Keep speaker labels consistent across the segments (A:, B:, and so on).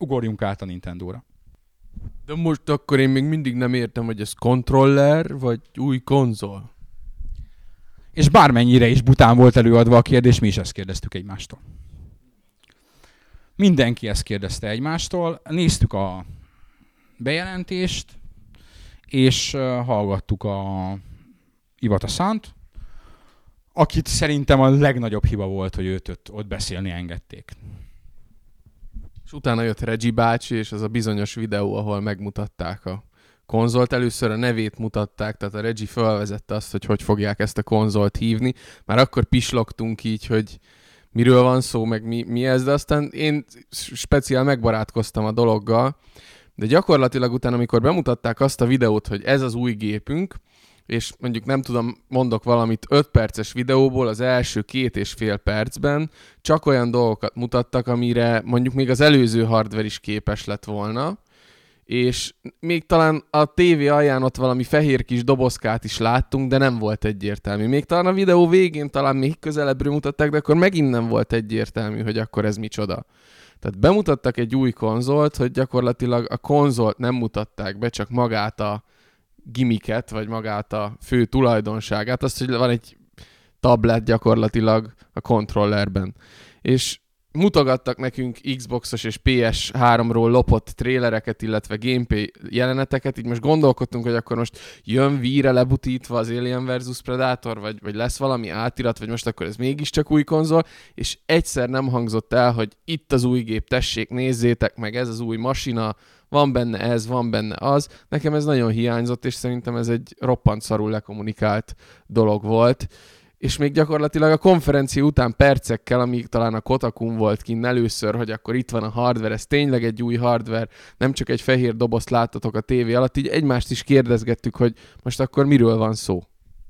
A: ugorjunk át a Nintendóra.
B: De most akkor én még mindig nem értem, hogy ez kontroller, vagy új konzol.
A: És bármennyire is bután volt előadva a kérdés, mi is ezt kérdeztük egymástól. Mindenki ezt kérdezte egymástól. Néztük a bejelentést, és hallgattuk a Iwata Sant, akit szerintem a legnagyobb hiba volt, hogy őt ott beszélni engedték.
B: És utána jött Reggie bácsi, és az a bizonyos videó, ahol megmutatták a konzolt. Először a nevét mutatták, tehát a Reggie felvezette azt, hogy fogják ezt a konzolt hívni. Már akkor pislogtunk így, hogy miről van szó, meg mi ez, de aztán én speciál megbarátkoztam a dologgal, de gyakorlatilag utána, amikor bemutatták azt a videót, hogy ez az új gépünk, és mondjuk nem tudom, mondok valamit, 5 perces videóból az első 2,5 percben csak olyan dolgokat mutattak, amire mondjuk még az előző hardware is képes lett volna, és még talán a tévé alján ott valami fehér kis dobozkát is láttunk, de nem volt egyértelmű. Még talán a videó végén talán még közelebbről mutatták, de akkor megint nem volt egyértelmű, hogy akkor ez micsoda. Tehát bemutattak egy új konzolt, hogy gyakorlatilag a konzolt nem mutatták be, csak magát a gimmicket, vagy magát a fő tulajdonságát, azt, hogy van egy tablet gyakorlatilag a kontrollerben. És mutogattak nekünk Xboxos és PS3-ról lopott trélereket, illetve gameplay jeleneteket, így most gondolkodtunk, hogy akkor most jön víre lebutítva az Alien vs Predator, vagy lesz valami átirat, vagy most akkor ez mégiscsak új konzol, és egyszer nem hangzott el, hogy itt az új gép, tessék, nézzétek meg, ez az új masina, van benne ez, van benne az. Nekem ez nagyon hiányzott, és szerintem ez egy roppant szarul lekommunikált dolog volt. És még gyakorlatilag a konferencia után percekkel, amíg talán a Kotakun volt kint először, hogy akkor itt van a hardware, ez tényleg egy új hardware, nem csak egy fehér dobozt láttatok a tévé alatt, így egymást is kérdezgettük, hogy most akkor miről van szó.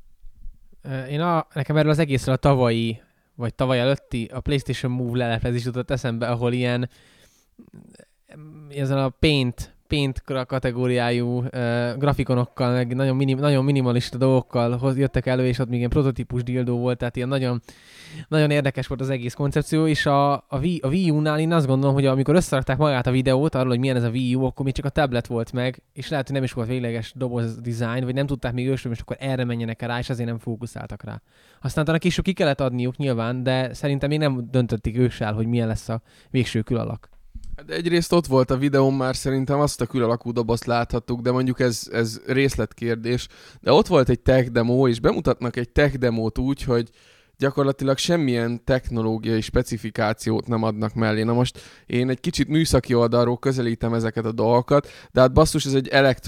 C: Nekem erről az egészről a tavalyi, vagy tavaly előtti a PlayStation Move leleplezés jutott eszembe, ahol ilyen ezen a Paint kategóriájú grafikonokkal, meg nagyon minimalista dolgokkal jöttek elő, és ott még ilyen prototípus dildó volt, tehát ilyen nagyon, nagyon érdekes volt az egész koncepció, és a Wii U-nál én azt gondolom, hogy amikor összerakták magát a videót arról, hogy milyen ez a Wii U, akkor még csak a tablet volt meg, és lehet, hogy nem is volt végleges doboz design, vagy nem tudták még ősről, és akkor erre menjenek rá, és azért nem fókuszáltak rá. Aztán talán később ki kellett adniuk nyilván, de szerintem még nem döntötték őssel, hogy milyen lesz a végső külalak.
B: De egyrészt ott volt a videón, már szerintem azt a külalakú dobozt láthattuk, de mondjuk ez részletkérdés. De ott volt egy tech demo, és bemutatnak egy tech demót úgy, hogy gyakorlatilag semmilyen technológiai specifikációt nem adnak mellé. Na most én egy kicsit műszaki oldalról közelítem ezeket a dolgokat, de hát basszus, ez egy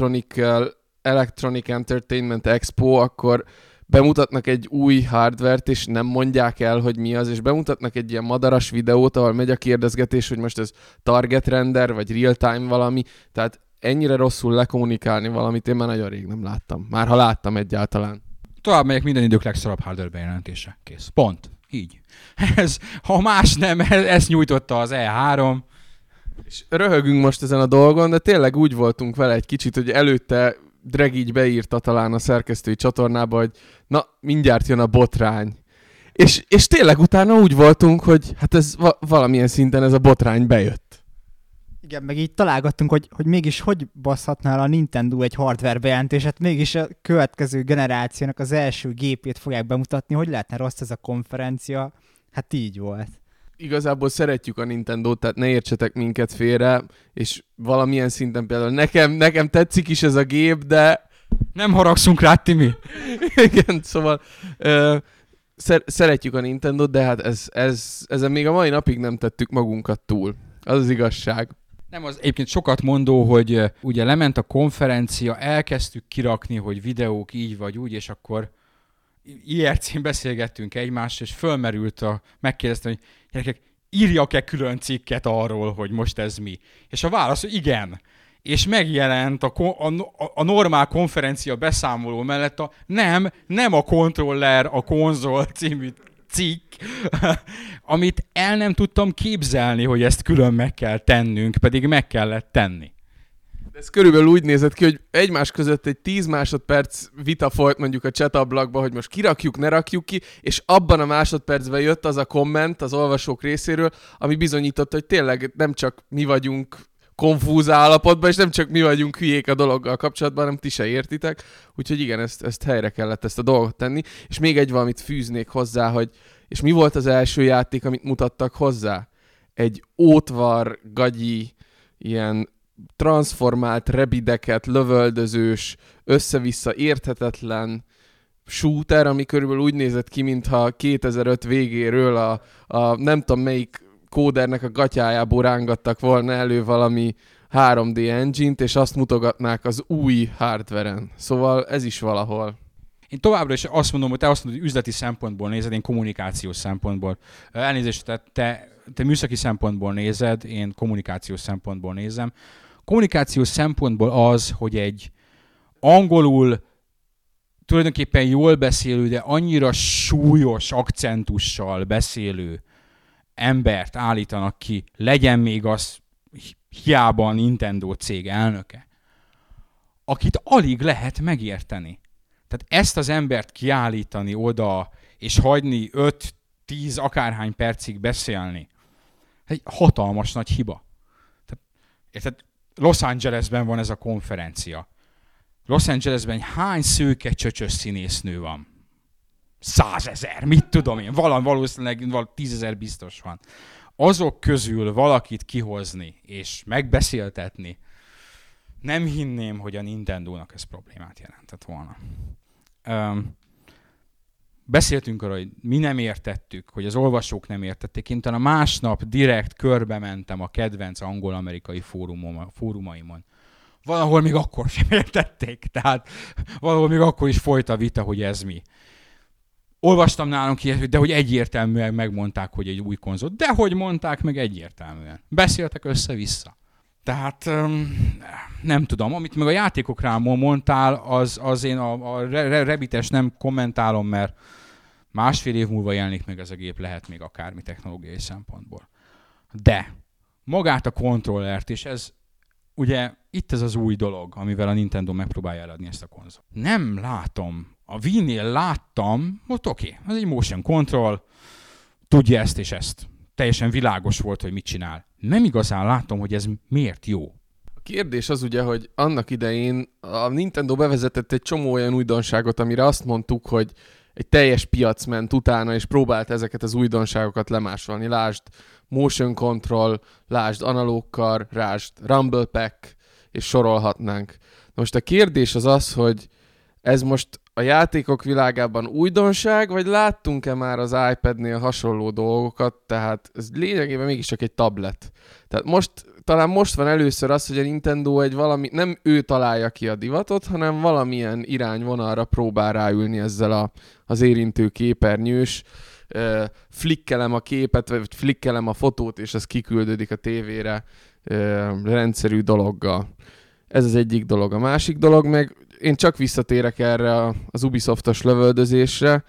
B: Electronic Entertainment Expo, akkor bemutatnak egy új hardvert, és nem mondják el, hogy mi az, és bemutatnak egy ilyen madaras videót, ahol megy a kérdezgetés, hogy most ez target render, vagy real-time valami, tehát ennyire rosszul lekommunikálni valamit én már nagyon rég nem láttam. Már ha láttam egyáltalán.
A: Tovább megyek, minden idők legszarabb hardware bejelentése. Kész. Pont. Így. Ha más nem, ezt nyújtotta az E3.
B: És röhögünk most ezen a dolgon, de tényleg úgy voltunk vele egy kicsit, hogy előtte Dreg így beírta talán a szerkesztői csatornába, hogy na, mindjárt jön a botrány. És tényleg utána úgy voltunk, hogy hát ez valamilyen szinten ez a botrány bejött.
D: Igen, meg így találgattunk, hogy mégis hogy basszhatná a Nintendo egy hardware bejelentéset, mégis a következő generációnak az első gépét fogják bemutatni, hogy lehetne rossz ez a konferencia. Hát így volt.
B: Igazából szeretjük a Nintendót, tehát ne értsetek minket félre, és valamilyen szinten például nekem tetszik is ez a gép, de...
A: Nem haragszunk rá, Timi.
B: Igen, szóval szeretjük a Nintendót, de hát ezen még a mai napig nem tettük magunkat túl. Az az igazság.
A: Nem, az egyébként sokat mondó, hogy ugye lement a konferencia, elkezdtük kirakni, hogy videók így vagy úgy, és akkor IRC-n beszélgettünk egymást, és fölmerült megkérdeztem, hogy gyerekek, írjak-e külön cikket arról, hogy most ez mi? És a válasz, hogy igen. És megjelent a normál konferencia beszámoló mellett nem a kontroller, a konzol című cikk, amit el nem tudtam képzelni, hogy ezt külön meg kell tennünk, pedig meg kellett tenni.
B: De ez körülbelül úgy nézett ki, hogy egymás között egy 10 másodperc vita folyt mondjuk a chat ablakba, hogy most kirakjuk, ne rakjuk ki, és abban a másodpercben jött az a komment az olvasók részéről, ami bizonyította, hogy tényleg nem csak mi vagyunk konfúz állapotban, és nem csak mi vagyunk hülyék a dologgal kapcsolatban, hanem ti se értitek. Úgyhogy igen, ezt helyre kellett ezt a dolgot tenni. És még egy valamit fűznék hozzá, hogy és mi volt az első játék, amit mutattak hozzá? Egy ótvar, gagyi, ilyen transformált rebideket, lövöldözős, össze-vissza érthetetlen shooter, ami körülbelül úgy nézett ki, mintha 2005 végéről a nem tudom melyik kódernek a gatyájából rángattak volna elő valami 3D engine-t, és azt mutogatnák az új hardveren. Szóval ez is valahol.
A: Én továbbra is azt mondom, hogy te azt mondod, hogy üzleti szempontból nézed, én kommunikációs szempontból. Elnézést, te műszaki szempontból nézed, én kommunikációs szempontból nézem. Kommunikációs szempontból az, hogy egy angolul tulajdonképpen jól beszélő, de annyira súlyos akcentussal beszélő embert állítanak ki, legyen még az hiába a Nintendo cég elnöke, akit alig lehet megérteni. Tehát ezt az embert kiállítani oda, és hagyni 5-10 akárhány percig beszélni, egy hatalmas nagy hiba. Tehát Los Angelesben van ez a konferencia. Los Angelesben hány szőke csöcsös színésznő van? 100 000, mit tudom én, valószínűleg 10 000 biztos van. Azok közül valakit kihozni és megbeszéltetni, nem hinném, hogy a Nintendónak ez problémát jelentett volna. Beszéltünk arra, hogy mi nem értettük, hogy az olvasók nem értették. Én talán másnap direkt körbe mentem a kedvenc angol-amerikai fórumaimon. Valahol még akkor sem értették, tehát valahol még akkor is folyt a vita, hogy ez mi. Olvastam nálunk ilyet, de hogy egyértelműen megmondták, hogy egy új konzol. De hogy mondták meg egyértelműen. Beszéltek össze-vissza. Tehát nem tudom, amit meg a játékokra mondtál, az én a Rabbites nem kommentálom, mert 1,5 év múlva jelenik meg ez a gép, lehet még akármi technológiai szempontból. De magát a kontrollert, és ez ugye itt ez az új dolog, amivel a Nintendo megpróbálja eladni ezt a konzolt. Nem látom. A Wii-nél láttam, ott oké, ez egy motion control, tudja ezt és ezt. Teljesen világos volt, hogy mit csinál. Nem igazán látom, hogy ez miért jó.
B: A kérdés az ugye, hogy annak idején a Nintendo bevezetett egy csomó olyan újdonságot, amire azt mondtuk, hogy egy teljes piac ment utána, és próbált ezeket az újdonságokat lemásolni. Lásd motion control, lásd analóg kar, lásd rumble pack, és sorolhatnánk. Most a kérdés az az, hogy ez most a játékok világában újdonság, vagy láttunk-e már az iPad-nél hasonló dolgokat, tehát ez lényegében mégiscsak egy tablet. Tehát talán most van először az, hogy a Nintendo nem ő találja ki a divatot, hanem valamilyen irányvonalra próbál ráülni ezzel az érintő képernyős, flikkelem a képet, vagy flikkelem a fotót, és az kiküldődik a tévére rendszerű dologgal. Ez az egyik dolog. A másik dolog meg, én csak visszatérek erre az Ubisoftos lövöldözésre.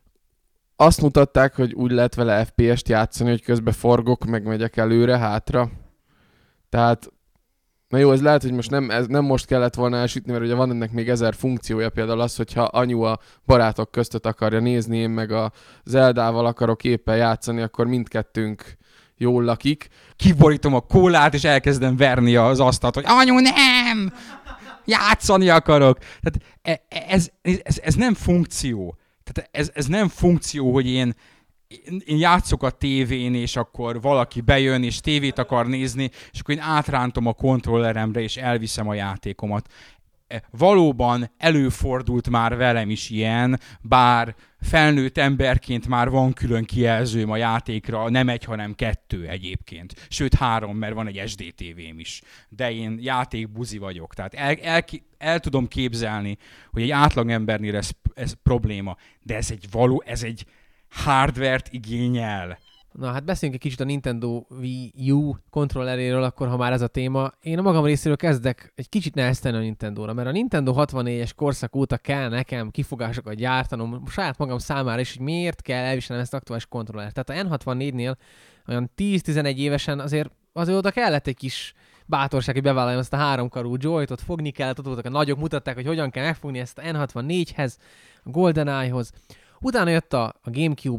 B: Azt mutatták, hogy úgy lehet vele FPS-t játszani, hogy közben forgok, meg megyek előre-hátra. Tehát, na jó, ez lehet, hogy most nem most kellett volna elsütni, mert ugye van ennek még 1000 funkciója, például az, hogyha anyu a barátok között akarja nézni, én meg a Zeldával akarok éppen játszani, akkor mindkettőnk jól lakik.
A: Kiborítom a kólát, és elkezdem verni az asztalt, hogy anyu, nem! Játszani akarok! Tehát ez nem funkció. Tehát ez nem funkció, hogy én játszok a tévén, és akkor valaki bejön, és tévét akar nézni, és akkor én átrántom a kontrolleremre, és elviszem a játékomat. Valóban előfordult már velem is ilyen, bár felnőtt emberként már van külön kijelzőm a játékra, nem 1, hanem 2 egyébként. Sőt 3, mert van egy SD TV-m is. De én játékbuzi vagyok. Tehát el tudom képzelni, hogy egy átlagembernél ez probléma, de ez egy hardvert igényel.
C: Na hát beszéljünk egy kicsit a Nintendo Wii U kontrolleréről, akkor ha már ez a téma. Én a magam részéről kezdek egy kicsit nehezteni a Nintendóra, mert a Nintendo 64-es korszak óta kell nekem kifogásokat gyártanom saját magam számára is, hogy miért kell elviselnem ezt aktuális kontrollert. Tehát a N64-nél olyan 10-11 évesen azért oda kellett egy kis bátorság, hogy bevállaljam ezt a 3-karú joytot, fogni kellett, ott voltak a nagyok, mutatták, hogy hogyan kell megfogni ezt a N64-hez, a GoldenEye-hoz. Utána jött a GameCube,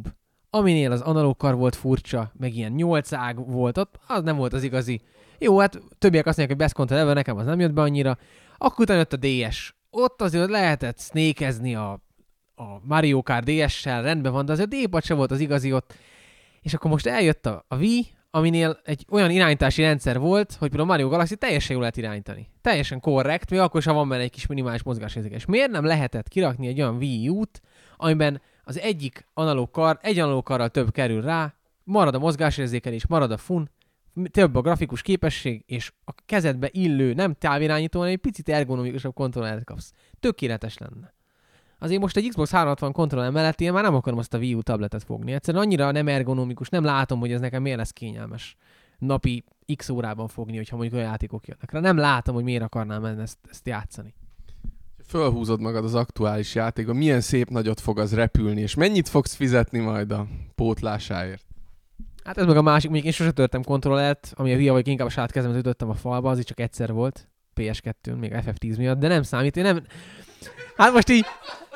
C: aminél az analóg kar volt furcsa, meg ilyen 8 ág volt ott, az nem volt az igazi. Jó, hát többiek azt mondják, hogy best control ever, nekem az nem jött be annyira. Akkor utána jött a DS. Ott azért lehetett snakezni a Mario Kart DS-sel, rendben van, de azért a D-pad sem volt az igazi ott. És akkor most eljött a Wii, aminél egy olyan irányítási rendszer volt, hogy például a Mario Galaxy teljesen jól lehet irányítani. Teljesen korrekt, még akkor is, ha van benne egy kis minimális mozgásérzékeny. És miért nem lehetett kirakni egy olyan Wii U-t, amiben az egy analóg karral több kerül rá, marad a mozgásérzékelés, marad a fun, több a grafikus képesség, és a kezedbe illő, nem távirányító, hanem egy picit ergonomikusabb kontrollert kapsz. Tökéletes lenne. Azért most egy Xbox 360 kontroller mellett én már nem akarom azt a Wii U tabletet fogni. Egyszerűen annyira nem ergonomikus, nem látom, hogy ez nekem miért lesz kényelmes napi X órában fogni, hogyha mondjuk olyan játékok jönnek rá. Nem látom, hogy miért akarnám ezt játszani.
B: Fölhúzod magad az aktuális játékban, milyen szép nagyot fog az repülni, és mennyit fogsz fizetni majd a pótlásáért?
C: Hát ez meg a másik, mondjuk én sose törtem kontrollert, ami a hülye vagy, inkább a saját kezemet ütöttem a falba, az is csak egyszer volt, PS2-n, még FF10 miatt, de nem számít, én nem... Hát most így...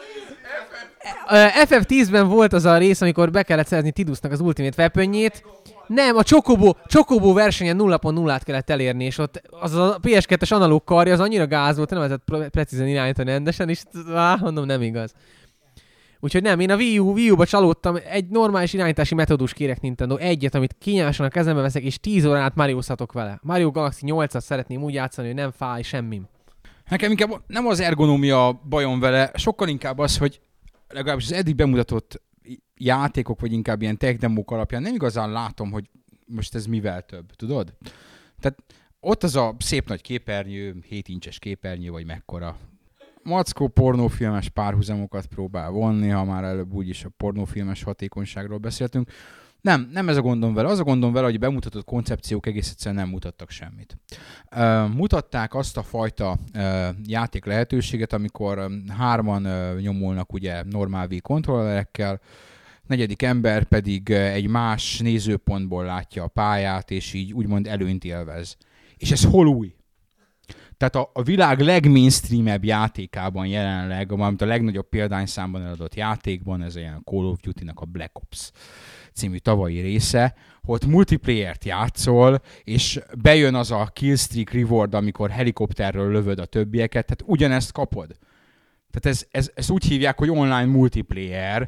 C: FF10-ben volt az a rész, amikor be kellett szerezni Tidusnak az Ultimate Weaponjét. Nem, a Chocobo versenyen 0.0-át kellett elérni, és ott az a PS2-es analóg karja, az annyira gáz volt, nem lehetett precízen irányítani rendesen, és mondom, nem igaz. Úgyhogy nem, én a Wii U-ba csalódtam, egy normális irányítási metódus kérek Nintendo, egyet, amit kényelmesen a kezembe veszek, és 10 órán át Mariózhatok vele. Mario Galaxy 8-at szeretném úgy játszani, hogy nem fáj semmim.
A: Nekem inkább nem az ergonómia bajom vele, sokkal inkább az, hogy legalábbis az eddig bemutatott játékok, vagy inkább ilyen tech demók alapján nem igazán látom, hogy most ez mivel több, tudod? Tehát ott az a szép nagy képernyő, 7 incses képernyő, vagy mekkora. Mackó pornófilmes párhuzamokat próbál vonni, ha már előbb úgyis a pornófilmes hatékonyságról beszéltünk. Nem ez a gondom vele. Az a gondom vele, hogy bemutatott koncepciók egész egyszerűen nem mutattak semmit. Mutatták azt a fajta játék lehetőséget, amikor hárman nyomulnak ugye normál Wii kontrollerekkel, negyedik ember pedig egy más nézőpontból látja a pályát, és így úgymond előnyt élvez. És ez hol új? Tehát a világ legmainstreamebb játékában jelenleg, amit a legnagyobb példányszámban eladott játékban, ez ilyen Call of Duty-nak a Black Ops című tavalyi része, ott multiplayert játszol, és bejön az a killstreak reward, amikor helikopterről lövöd a többieket, tehát ugyanezt kapod. Tehát ezt úgy hívják, hogy online multiplayer,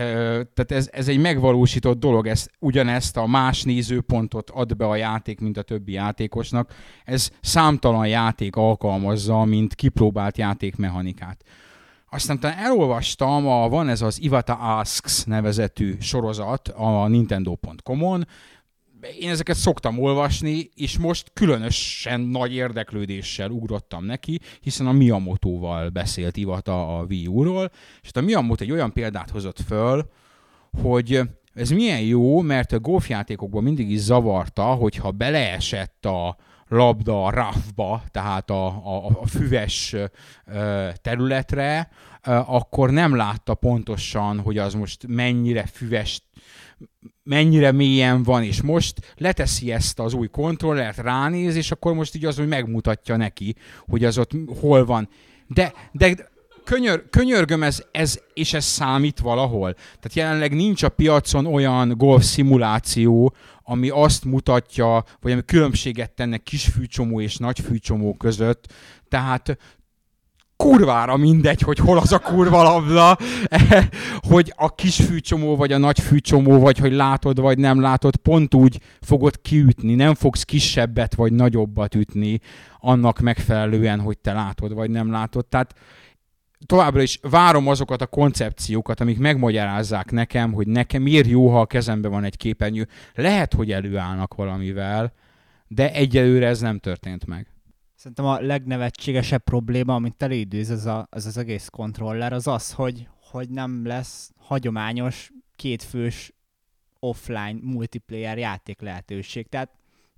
A: tehát ez egy megvalósított dolog, ugyanezt a más nézőpontot ad be a játék, mint a többi játékosnak. Ez számtalan játék alkalmazza, mint kipróbált játékmechanikát. Aztán elolvastam, van ez az Iwata Asks nevezetű sorozat a Nintendo.com-on, én ezeket szoktam olvasni, és most különösen nagy érdeklődéssel ugrottam neki, hiszen a Miyamoto-val beszélt Iwata a Wii U-ról, és a Miyamoto egy olyan példát hozott föl, hogy ez milyen jó, mert a golfjátékokban mindig is zavarta, hogyha beleesett a labda a roughba, tehát a füves területre, akkor nem látta pontosan, hogy az most mennyire füves, mennyire mélyen van, és most leteszi ezt az új kontrollert, ránéz, és akkor most így az, hogy megmutatja neki, hogy az ott hol van. De könyörgöm, ez számít valahol. Tehát jelenleg nincs a piacon olyan golf szimuláció, ami azt mutatja, vagy ami különbséget tenne kis fűcsomó és nagy fűcsomó között. Tehát kurvára mindegy, hogy hol az a kurva labda, hogy a kis fűcsomó, vagy a nagy fűcsomó, vagy hogy látod, vagy nem látod, pont úgy fogod kiütni, nem fogsz kisebbet, vagy nagyobbat ütni annak megfelelően, hogy te látod, vagy nem látod. Tehát továbbra is várom azokat a koncepciókat, amik megmagyarázzák nekem, hogy nekem miért jó, ha a kezemben van egy képernyő. Lehet, hogy előállnak valamivel, de egyelőre ez nem történt meg.
D: Szerintem a legnevetségesebb probléma, amit előidéz az egész kontroller, az az, hogy nem lesz hagyományos kétfős offline multiplayer játék lehetőség. Tehát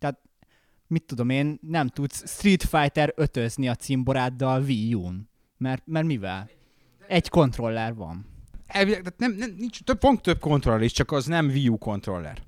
D: mit tudom én, nem tudsz Street Fighter 5-özni a cimboráddal Wii U-n. Mert mivel? Egy kontroller van.
A: Elvileg, nincs több kontroller is, csak az nem Wii U kontroller.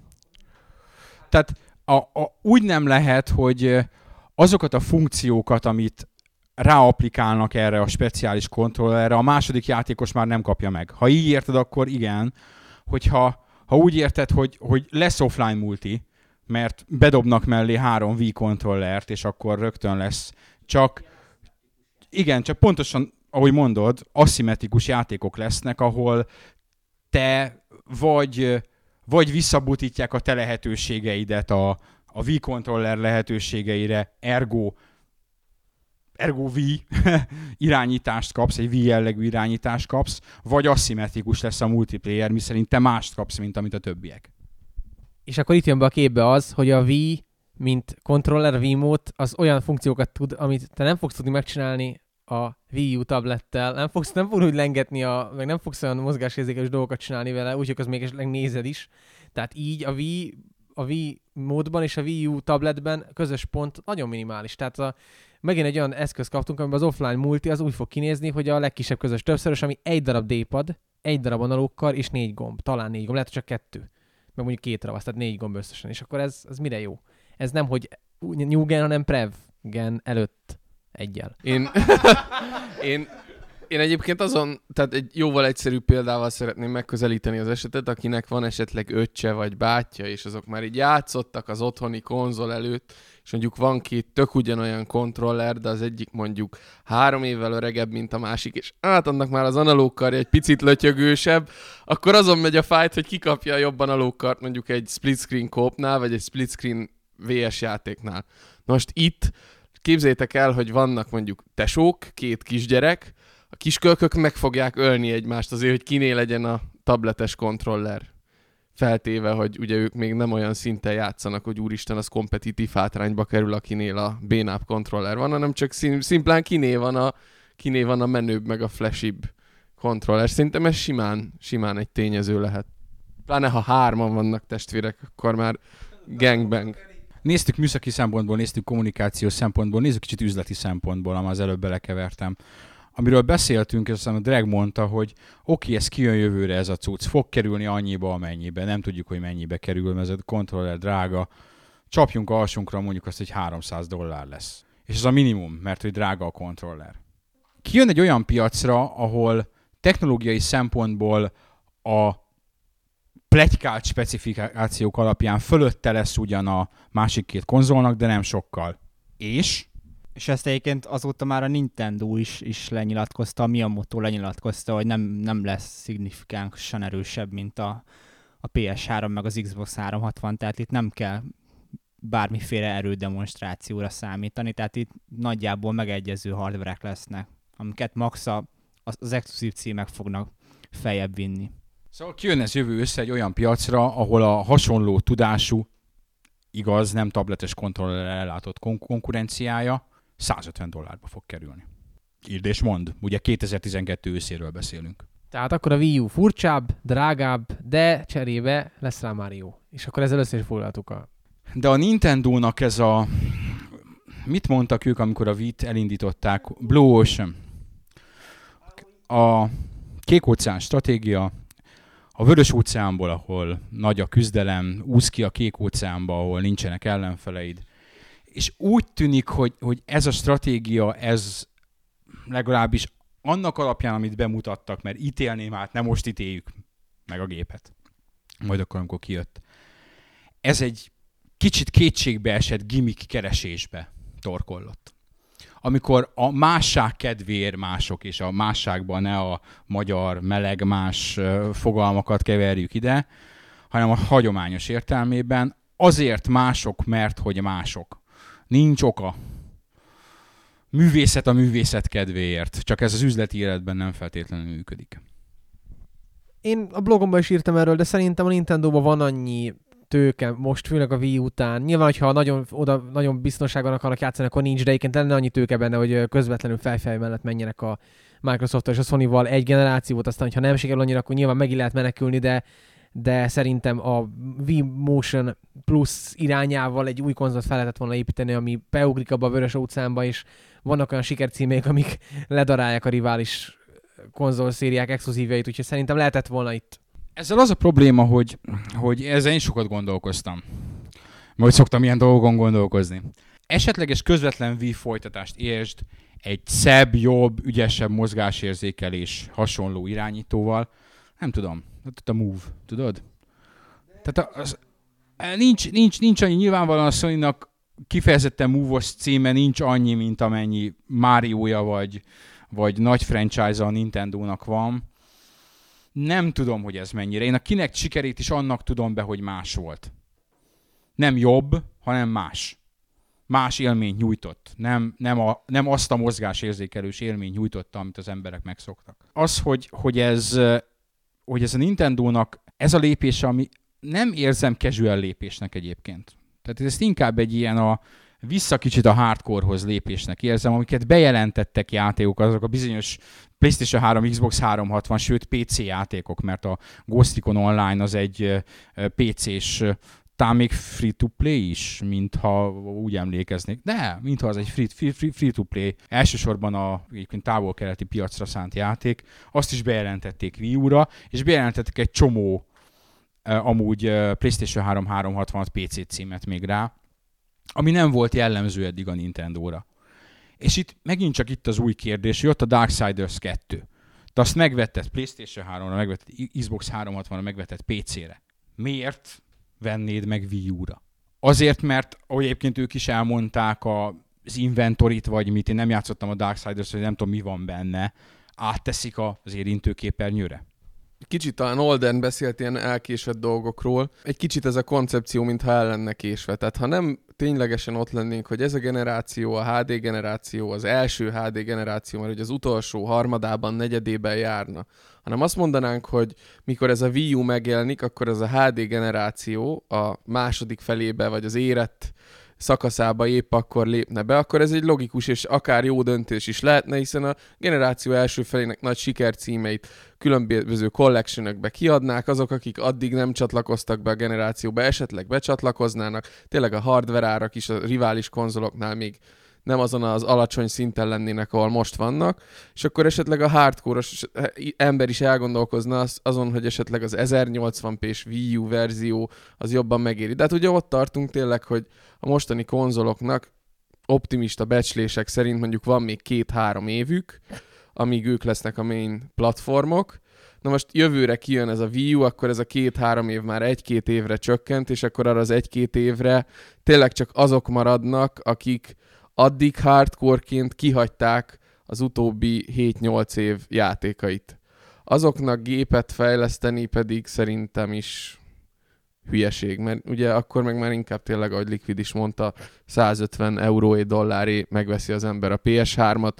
A: Tehát úgy nem lehet, hogy azokat a funkciókat, amit ráaplikálnak erre a speciális kontrollerre, a második játékos már nem kapja meg. Ha így érted, akkor igen. hogyha úgy érted, hogy lesz offline multi, mert bedobnak mellé 3 Wii kontrollert, és akkor rögtön lesz. Csak pontosan, ahogy mondod, aszimmetrikus játékok lesznek, ahol te vagy visszabutítják a te lehetőségeidet a Wii kontroller lehetőségeire, ergo Wii irányítást kapsz, egy Wii jellegű irányítást kapsz, vagy aszimmetrikus lesz a multiplayer, miszerint te mást kapsz, mint amit a többiek.
C: És akkor itt jön be a képbe az, hogy a Wii, mint controller, Wiimote, az olyan funkciókat tud, amit te nem fogsz tudni megcsinálni a Wii U tablettel, nem fogsz úgy lengetni, meg nem fogsz olyan mozgásérzékes dolgokat csinálni vele, úgyhogy az még esetleg nézed is. Tehát így a Wii módban és a Wii U tabletben közös pont nagyon minimális. Tehát megint egy olyan eszköz kaptunk, amiben az offline multi az úgy fog kinézni, hogy a legkisebb közös többszörös, ami egy darab D-pad, egy darab analókkal és 4 gomb. Talán 4 gomb, lehet, hogy csak 2. Meg mondjuk 2 darab, tehát 4 gomb összesen. És akkor ez mire jó? Ez nem, hogy New Gen, hanem Prev Gen előtt egyel.
B: Én egyébként tehát egy jóval egyszerűbb példával szeretném megközelíteni az esetet, akinek van esetleg öccse vagy bátyja, és azok már így játszottak az otthoni konzol előtt, és mondjuk van 2 tök ugyanolyan kontroller, de az egyik mondjuk 3 évvel öregebb, mint a másik, és annak már az analógkarja egy picit lötyögősebb, akkor azon megy a fight, hogy kikapja a jobb analógkart mondjuk egy split screen co-opnál, vagy egy split screen VS játéknál. Most itt képzeljétek el, hogy vannak mondjuk tesók, 2 kisgyerek, a kiskölkök meg fogják ölni egymást azért, hogy kiné legyen a tabletes kontroller. Feltéve, hogy ugye ők még nem olyan szinten játszanak, hogy úristen, az kompetitív hátrányba kerül, akinél a bénább kontroller van, hanem csak szimplán kiné van a menőbb, meg a flashibb kontroller. Szerintem ez simán egy tényező lehet. Pláne ha 3-an vannak testvérek, akkor már gangbang.
A: Néztük műszaki szempontból, néztük kommunikációs szempontból, nézzük kicsit üzleti szempontból, amely az előbb belekevertem. Amiről beszéltünk, és aztán a Drag mondta, hogy oké, ez kijön jövőre ez a cucc, fog kerülni annyiba, amennyibe, nem tudjuk, hogy mennyibe kerül, mert ez a kontroller drága, csapjunk alsunkra, mondjuk azt, hogy $300 lesz. És ez a minimum, mert hogy drága a kontroller. Kijön egy olyan piacra, ahol technológiai szempontból a pletykált specifikációk alapján fölötte lesz ugyan a másik 2 konzolnak, de nem sokkal. És
D: ezt egyébként azóta már a Nintendo is lenyilatkozta, a Miyamoto lenyilatkozta, hogy nem lesz szignifikánsan erősebb, mint a PS3 meg az Xbox 360, tehát itt nem kell bármiféle erődemonstrációra számítani, tehát itt nagyjából megegyező hardverek lesznek, amiket max az exkluzív címek fognak feljebb vinni.
A: Szóval kijön ez jövő össze egy olyan piacra, ahol a hasonló tudású, igaz, nem tabletes kontrollerrel ellátott konkurenciája $150 fog kerülni. Írd és mondd, ugye 2012 őszéről beszélünk.
C: Tehát akkor a Wii U furcsább, drágább, de cserébe lesz rá Mario. És akkor ezzel össze is foglaltuk
A: De a Nintendónak ez a... Mit mondtak ők, amikor a Wii-t elindították? Blue Ocean. A Kék-óceán stratégia, a Vörös-óceánból, ahol nagy a küzdelem, úsz ki a Kék-óceánba, ahol nincsenek ellenfeleid. És úgy tűnik, hogy ez a stratégia, ez legalábbis annak alapján, amit bemutattak, mert ítélném át, nem most ítéljük meg a gépet. Majd akkor, amikor kijött. Ez egy kicsit kétségbe esett gimmick keresésbe torkollott. Amikor a másság kedvéért mások, és a másságban ne a magyar meleg más fogalmakat keverjük ide, hanem a hagyományos értelmében azért mások, mert hogy mások. Nincs oka. Művészet a művészet kedvéért. Csak ez az üzleti életben nem feltétlenül működik.
C: Én a blogomban is írtam erről, de szerintem a Nintendóban van annyi tőke most, főleg a Wii után. Nyilván, hogyha nagyon biztonságban akarnak játszani, akkor nincs, de egyébként lenne annyi tőke benne, hogy közvetlenül fejfej mellett menjenek a Microsoft-tal és a Sony-val egy generációt, aztán, hogyha nem sikerül annyira, akkor nyilván meg lehet menekülni, de szerintem a Wii Motion Plus irányával egy új konzolt fel lehetett volna építeni, ami beugrik abba a Vörös-óceánba, és vannak olyan sikercímek, amik ledarálják a rivális konzolszériák exkluzívjait, úgyhogy szerintem lehetett volna itt.
A: Ezzel az a probléma, hogy ezzel én sokat gondolkoztam. Majd szoktam ilyen dolgon gondolkozni. Esetleges közvetlen Wii folytatást értsd egy szebb, jobb, ügyesebb mozgásérzékelés hasonló irányítóval. Nem tudom. a Move, tudod? Tehát nincs annyi, nyilvánvalóan a Sony-nak kifejezetten Move-os címe nincs annyi, mint amennyi Mario-ja vagy nagy franchise-a a Nintendo-nak van. Nem tudom, hogy ez mennyire. Én a Kinect sikerét is annak tudom be, hogy más volt. Nem jobb, hanem más. Más élményt nyújtott. Nem azt a mozgásérzékelős élményt nyújtotta, amit az emberek megszoktak. Az, hogy ez a Nintendónak ez a lépése, ami nem érzem casual lépésnek egyébként. Tehát ezt inkább egy ilyen vissza kicsit a hardcorehoz lépésnek érzem, amiket bejelentettek játékok, azok a bizonyos PlayStation 3, Xbox 360, sőt PC játékok, mert a Ghost Recon Online az egy PC-s, talán még free-to-play is, mintha úgy emlékeznék. De, mintha az egy free-to-play, elsősorban a távol-keleti piacra szánt játék, azt is bejelentették Wii U-ra, és bejelentettek egy csomó amúgy PlayStation 3 360 PC címet még rá, ami nem volt jellemző eddig a Nintendóra. És itt megint csak itt az új kérdés, jött a Darksiders 2. Te azt megvetted PlayStation 3-ra, megvetted Xbox 360-ra, megvetted PC-re. Miért vennéd meg Wii U-ra? Azért, mert ahogy egyébként ők is elmondták az inventorit, vagy mit, én nem játszottam a Darksiders, hogy nem tudom mi van benne, átteszik az érintőképernyőre.
B: Kicsit talán Olden beszélt ilyen elkésett dolgokról. Egy kicsit ez a koncepció, mintha el lenne késve. Tehát ha nem ténylegesen ott lennénk, hogy ez a generáció, a HD generáció, az első HD generáció, mert ugye az utolsó harmadában, negyedében járna, hanem azt mondanánk, hogy mikor ez a Wii U megjelenik, akkor ez a HD generáció a második felébe, vagy az érett szakaszába épp akkor lépne be, akkor ez egy logikus és akár jó döntés is lehetne, hiszen a generáció első felének nagy sikercímeit különböző collectionökbe kiadnák, azok, akik addig nem csatlakoztak be a generációba, esetleg becsatlakoznának, tényleg a hardware árak is a rivális konzoloknál még nem azon az alacsony szinten lennének, ahol most vannak, és akkor esetleg a hardcore-os ember is elgondolkozna azon, hogy esetleg az 1080p-s Wii U verzió az jobban megéri. De hát ugye ott tartunk tényleg, hogy a mostani konzoloknak optimista becslések szerint mondjuk van még 2-3 évük, amíg ők lesznek a main platformok. Na most jövőre kijön ez a Wii U, akkor ez a 2-3 év már 1-2 évre csökkent, és akkor arra az 1-2 évre tényleg csak azok maradnak, akik addig hardcore-ként kihagyták az utóbbi 7-8 év játékait. Azoknak gépet fejleszteni pedig szerintem is hülyeség, mert ugye akkor meg már inkább tényleg, ahogy Liquid is mondta, 150 euróé, dolláré megveszi az ember a PS3-at,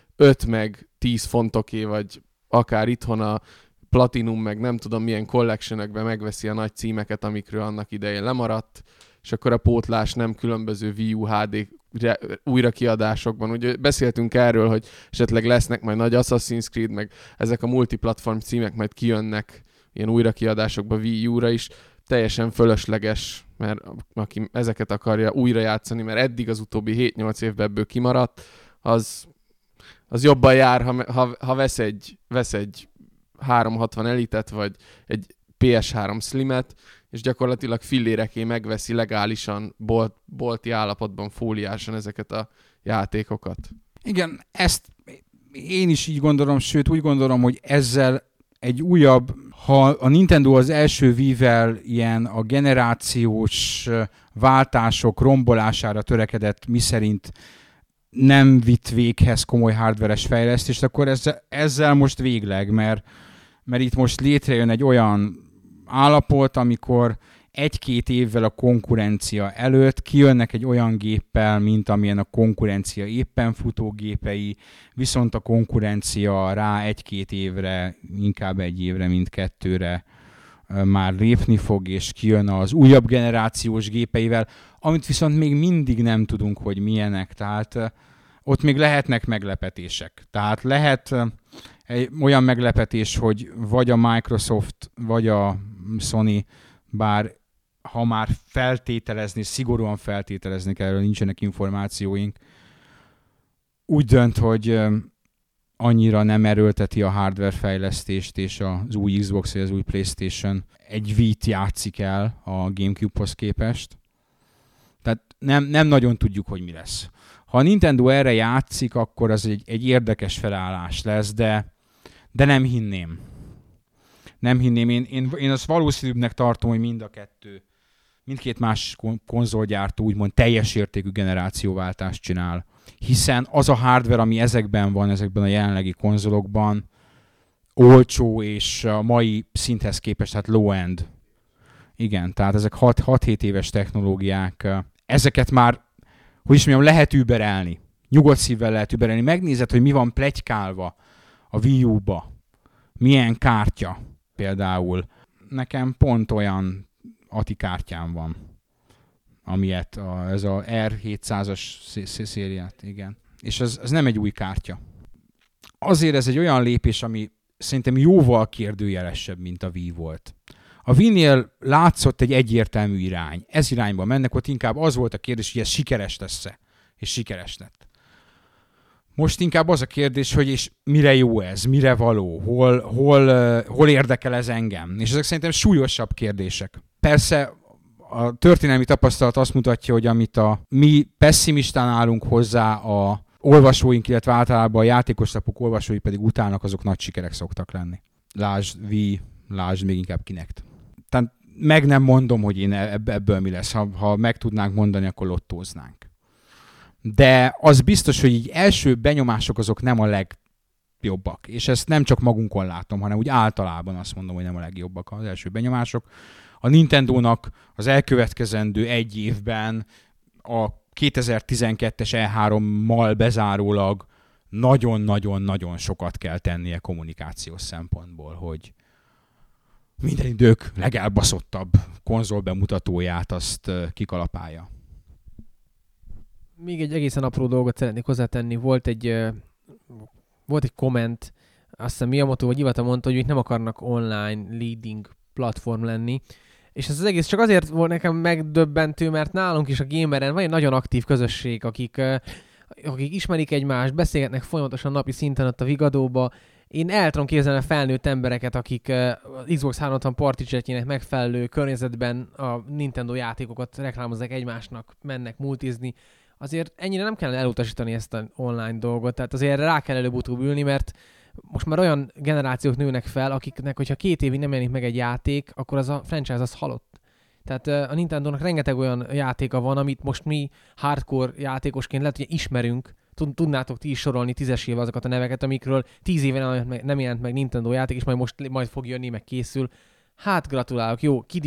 B: 5 meg 10 fontoké, vagy akár itthon a Platinum, meg nem tudom milyen collectionökben megveszi a nagy címeket, amikről annak idején lemaradt, és akkor a pótlás nem különböző Wii U HD újrakiadásokban. Ugye beszéltünk erről, hogy esetleg lesznek majd nagy Assassin's Creed, meg ezek a multiplatform címek majd kijönnek ilyen újrakiadásokba Wii U-ra is. Teljesen fölösleges, mert aki ezeket akarja újra játszani, mert eddig az utóbbi 7-8 évben ebből kimaradt, az jobban jár, ha vesz egy 360 Elite-et, vagy egy PS3 Slim-et, és gyakorlatilag filléreké megveszi legálisan, bolti állapotban, fóliásan ezeket a játékokat.
A: Igen, ezt én is így gondolom, sőt úgy gondolom, hogy ezzel egy újabb, ha a Nintendo az első Wii-vel ilyen a generációs váltások rombolására törekedett, miszerint nem vitt véghez komoly hardveres fejlesztést, akkor ezzel most végleg, mert itt most létrejön egy olyan állapot, amikor 1-2 évvel a konkurencia előtt kijönnek egy olyan géppel, mint amilyen a konkurencia éppen futó gépei, viszont a konkurencia rá 1-2 évre, inkább 1 évre, mint 2-re már lépni fog, és kijön az újabb generációs gépeivel, amit viszont még mindig nem tudunk, hogy milyenek, tehát ott még lehetnek meglepetések. Tehát lehet egy olyan meglepetés, hogy vagy a Microsoft, vagy a Sony, bár ha már szigorúan feltételezni kell, erről nincsenek információink, úgy dönt, hogy annyira nem erőlteti a hardware fejlesztést, és az új Xbox vagy az új PlayStation egy Wii-t játszik el a GameCube-hoz képest. Tehát nem nagyon tudjuk, hogy mi lesz. Ha a Nintendo erre játszik, akkor az egy érdekes felállás lesz, de nem hinném. nem hinném. Én azt valószínűbbnek tartom, hogy mindkét más konzolgyártó úgymond teljes értékű generációváltást csinál. Hiszen az a hardware, ami ezekben a jelenlegi konzolokban, olcsó és a mai szinthez képest, tehát low-end. Igen, tehát ezek 6-7 éves technológiák. Ezeket már, hogy is mondjam, lehet überelni. Nyugodt szívvel lehet überelni. Megnézed, hogy mi van pletykálva a Wii U-ba. Milyen kártya például. Nekem pont olyan ATI kártyám van, amilyet ez a R700-as szériát, igen. És ez nem egy új kártya. Azért ez egy olyan lépés, ami szerintem jóval kérdőjelesebb, mint a Wii volt. A Wii-nél látszott egy egyértelmű irány. Ez irányba mennek, ott inkább az volt a kérdés, hogy ez sikeres lesz-e. És sikeres lett. Most inkább az a kérdés, hogy és mire jó ez, mire való, hol érdekel ez engem. És ezek szerintem súlyosabb kérdések. Persze a történelmi tapasztalat azt mutatja, hogy amit mi pessimistán állunk hozzá, a olvasóink, illetve általában a játékoslapok olvasói pedig utálnak, azok nagy sikerek szoktak lenni. Lásd Wii, lásd még inkább Kinect. Tehát meg nem mondom, hogy én ebből mi lesz. Ha meg tudnánk mondani, akkor lottóznánk. De az biztos, hogy így első benyomások azok nem a legjobbak. És ezt nem csak magunkon látom, hanem úgy általában azt mondom, hogy nem a legjobbak az első benyomások. A Nintendónak az elkövetkezendő egy évben a 2012-es E3-mal bezárólag nagyon-nagyon-nagyon sokat kell tennie kommunikációs szempontból, hogy minden idők legelbaszottabb konzolbemutatóját azt kikalapálja.
C: Még egy egészen apró dolgot szeretnék hozzátenni. Volt egy komment, azt hiszem Miyamoto vagy Iwata mondta, hogy ők nem akarnak online leading platform lenni. És ez az egész csak azért volt nekem megdöbbentő, mert nálunk is a gameren van egy nagyon aktív közösség, akik ismerik egymást, beszélgetnek folyamatosan napi szinten ott a Vigadóba. Én el tudom képzelni a felnőtt embereket, akik Xbox 360 party chatjének megfelelő környezetben a Nintendo játékokat reklámozzák egymásnak, mennek multizni. Azért ennyire nem kellene elutasítani ezt az online dolgot, tehát azért rá kell előbb-utóbb ülni, mert most már olyan generációk nőnek fel, akiknek, hogyha 2 évig nem jelenik meg egy játék, akkor az a franchise az halott. Tehát a Nintendónak rengeteg olyan játéka van, amit most mi hardcore játékosként lehet, hogy ismerünk, tudnátok ti is sorolni 10-es éve azokat a neveket, amikről 10 éve nem jelent meg Nintendo játék, és majd fog jönni, meg készül. Hát gratulálok, jó, Kid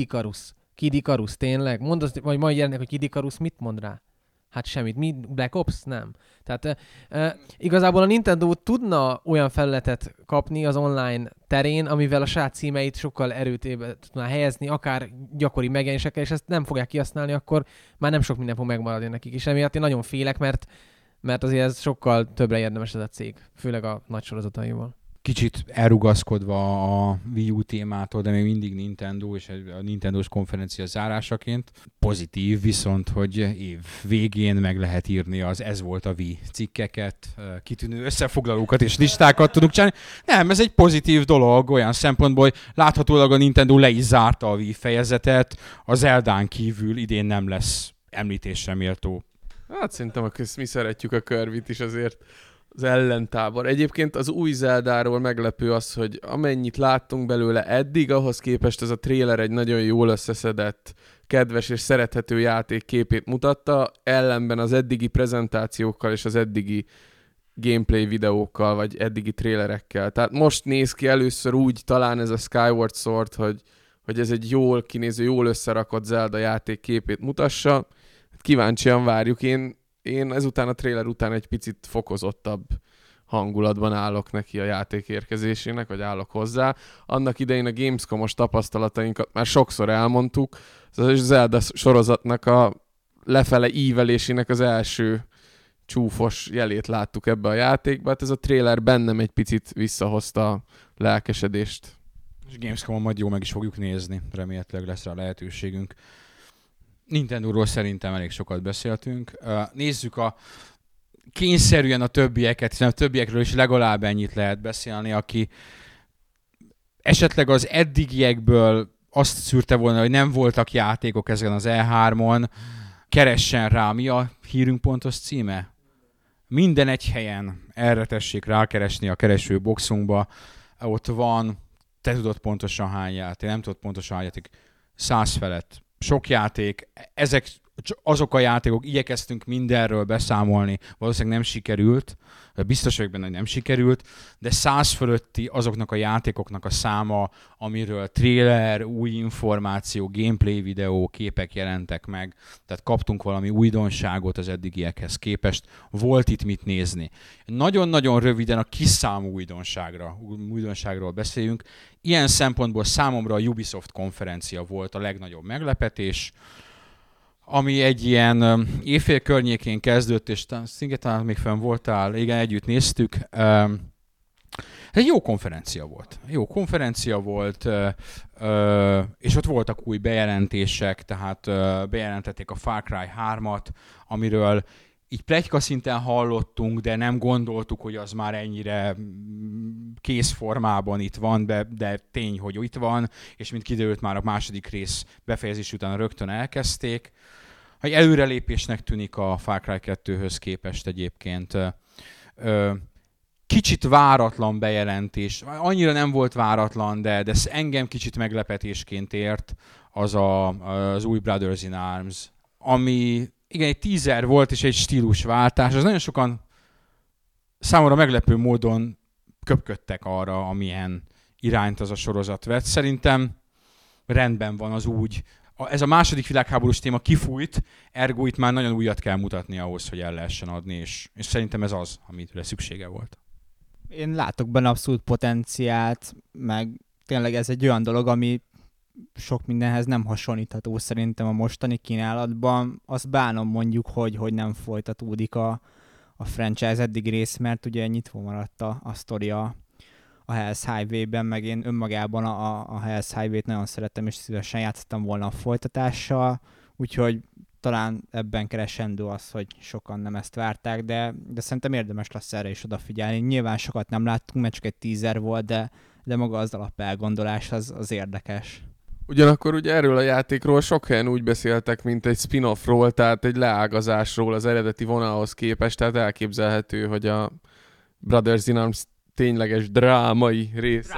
C: Icarus, tényleg? Mondd azt, vagy majd jelennek, hogy Kid Icarus, mit mond rá? Hát semmit. Black Ops? Nem. Tehát igazából a Nintendo tudna olyan felületet kapni az online terén, amivel a saját címeit sokkal erőtébe tudná helyezni, akár gyakori megjelenésekkel, és ezt nem fogják kihasználni, akkor már nem sok minden fog megmaradni nekik. És emiatt én nagyon félek, mert azért ez sokkal többre érdemes ez a cég, főleg a nagy sorozataival.
A: Kicsit elrugaszkodva a Wii U témától, de még mindig Nintendo és a Nintendós konferencia zárásaként. Pozitív viszont, hogy év végén meg lehet írni az Ez volt a Wii cikkeket, kitűnő összefoglalókat és listákat tudunk csinálni. Nem, ez egy pozitív dolog olyan szempontból, hogy láthatólag a Nintendo le is zárta a Wii fejezetet, a Zeldán kívül idén nem lesz említésre méltó.
B: Hát szerintem mi szeretjük a Kirbyt is azért. Az ellentábor. Egyébként az új Zeldáról meglepő az, hogy amennyit láttunk belőle eddig, ahhoz képest ez a trailer egy nagyon jól összeszedett, kedves és szerethető játék képét mutatta, ellenben az eddigi prezentációkkal és az eddigi gameplay videókkal, vagy eddigi trailerekkel. Tehát most néz ki először úgy talán ez a Skyward Sword, hogy ez egy jól kinéző, jól összerakott Zelda játék képét mutassa. Kíváncsian várjuk. Én ezután a trailer után egy picit fokozottabb hangulatban állok neki a játék érkezésének, vagy állok hozzá. Annak idején a Gamescom-os tapasztalatainkat már sokszor elmondtuk. Az Zelda sorozatnak a lefele ívelésének az első csúfos jelét láttuk ebbe a játékba. Hát ez a trailer bennem egy picit visszahozta a lelkesedést.
A: És Gamescom-on majd jó meg is fogjuk nézni. Remélhetőleg lesz rá lehetőségünk. Nintendóról szerintem elég sokat beszéltünk. Nézzük kényszerűen a többieket, hiszen a többiekről is legalább ennyit lehet beszélni, aki esetleg az eddigiekből azt szűrte volna, hogy nem voltak játékok ezen az E3-on, keressen rá. Mi a hírünk pontos címe? Minden egy helyen. Erre tessék rákeresni a keresőboxunkba. Ott van te tudod pontosan hány játék, nem tudod pontosan hány játék, 100 felett. Sok játék, ezek azok a játékok, igyekeztünk mindenről beszámolni, valószínűleg nem sikerült, biztos vagyok benne, hogy nem sikerült, de 100 fölötti azoknak a játékoknak a száma, amiről trailer, új információ, gameplay videó, képek jelentek meg, tehát kaptunk valami újdonságot az eddigiekhez képest, volt itt mit nézni. Nagyon-nagyon röviden a kis számú újdonságról beszéljünk. Ilyen szempontból számomra a Ubisoft konferencia volt a legnagyobb meglepetés, ami egy ilyen éjfél környékén kezdődött, és talán még fenn voltál, igen, együtt néztük. Egy jó konferencia volt, és ott voltak új bejelentések, tehát bejelentették a Far Cry 3-at, amiről így pletyka szinten hallottunk, de nem gondoltuk, hogy az már ennyire kész formában itt van, de tény, hogy itt van, és mint kiderült, már a második rész befejezés után rögtön elkezdték. Egy előrelépésnek tűnik a Far Cry 2-höz képest egyébként. Kicsit váratlan bejelentés, annyira nem volt váratlan, de engem kicsit meglepetésként ért az új Brothers in Arms, ami igen, egy teaser volt és egy stílusváltás. Az nagyon sokan számomra meglepő módon köpködtek arra, amilyen irányt az a sorozat vett. Szerintem rendben van az úgy. Ez a második világháborús téma kifújt, ergo itt már nagyon újat kell mutatni ahhoz, hogy el lehessen adni, és szerintem ez az, amire szüksége volt.
D: Én látok benne abszolút potenciált, meg tényleg ez egy olyan dolog, ami sok mindenhez nem hasonlítható szerintem a mostani kínálatban. Azt bánom mondjuk, hogy nem folytatódik a franchise eddig rész, mert ugye nyitva maradt a sztoria a Hell's Highway-ben, meg én önmagában a Hell's Highway-t nagyon szerettem, és szívesen játszottam volna a folytatással, úgyhogy talán ebben keresendő az, hogy sokan nem ezt várták, de szerintem érdemes lesz erre is odafigyelni. Nyilván sokat nem láttunk, mert csak egy teaser volt, de maga az alapelgondolás az érdekes.
B: Ugyanakkor ugye erről a játékról sok helyen úgy beszéltek, mint egy spin-offról, tehát egy leágazásról az eredeti vonalhoz képest, tehát elképzelhető, hogy a Brothers in Arms tényleges drámai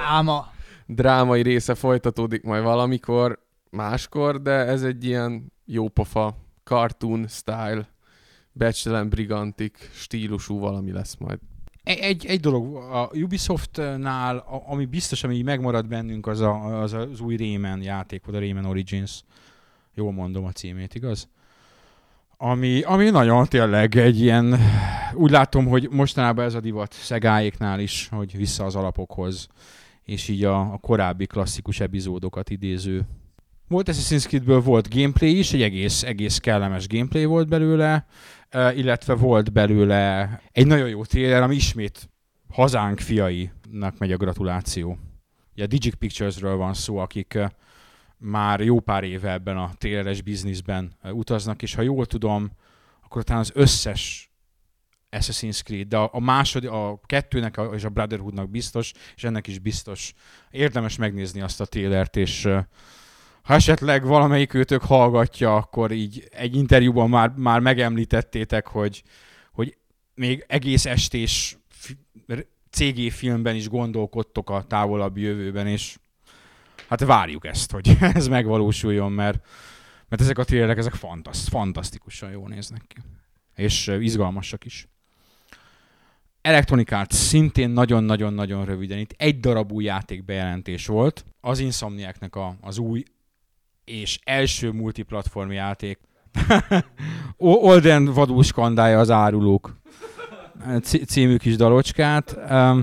B: része folytatódik majd valamikor, máskor, de ez egy ilyen jópofa cartoon style, becstelen brigantik stílusú valami lesz majd.
A: Egy dolog, a Ubisoftnál, ami biztos, ami megmarad bennünk, az új Rayman játék, vagy a Rayman Origins. Jól mondom a címét, igaz? Ami nagyon tényleg egy ilyen, úgy látom, hogy mostanában ez a divat Szegáéknál is, hogy vissza az alapokhoz, és így a korábbi klasszikus epizódokat idéző. Volt Assassin's Creedből volt gameplay is, egy egész kellemes gameplay volt belőle, illetve volt belőle egy nagyon jó trailer, ami ismét hazánk fiainak megy a gratuláció. Ugye a Digic Picturesről van szó, akik már jó pár éve ebben a traileres bizniszben utaznak, és ha jól tudom, akkor talán az összes Assassin's Creed, de a kettőnek és a Brotherhoodnak biztos, és ennek is biztos. Érdemes megnézni azt a trailert, és ha esetleg valamelyik őtök hallgatja, akkor így egy interjúban már megemlítettétek, hogy még egész estés CG filmben is gondolkodtok a távolabbi jövőben, és hát várjuk ezt, hogy ez megvalósuljon, mert ezek a trailerek, ezek fantasztikusan jól néznek ki. És izgalmasak is. Electronic Arts szintén nagyon-nagyon-nagyon röviden. Itt egy darab új játékbejelentés volt. Az Insomniacnek az új és első multiplatform játék. Olden vadul skandálja az árulók című kis dalocskát.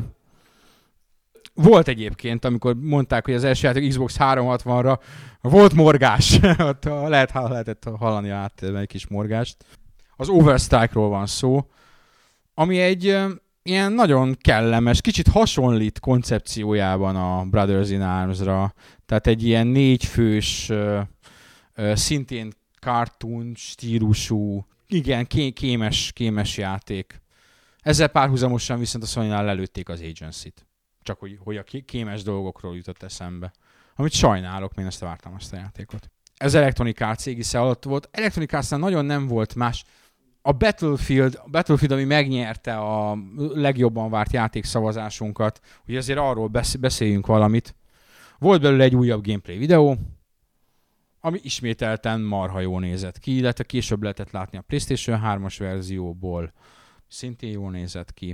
A: Volt egyébként, amikor mondták, hogy az első játék Xbox 360-ra volt morgás. lehetett hallani egy kis morgást. Az Overstrike-ról van szó, ami egy ilyen nagyon kellemes, kicsit hasonlít koncepciójában a Brothers in Arms-ra. Tehát egy ilyen 4 fős, szintén cartoon stílusú, igen, kémes játék. Ezzel párhuzamosan viszont a Sony-nál lelőtték az Agency-t. Csak hogy a kémes dolgokról jutott eszembe. Amit sajnálok, én ezt vártam, azt a játékot. Ez Electronic Arts égisze alatt volt. Electronic Artsnál nagyon nem volt más. A Battlefield, ami megnyerte a legjobban várt játékszavazásunkat, hogy azért arról beszéljünk valamit. Volt belőle egy újabb gameplay videó, ami ismételten marha jól nézett ki, illetve később lehetett látni a PlayStation 3-as verzióból, szintén jól nézett ki.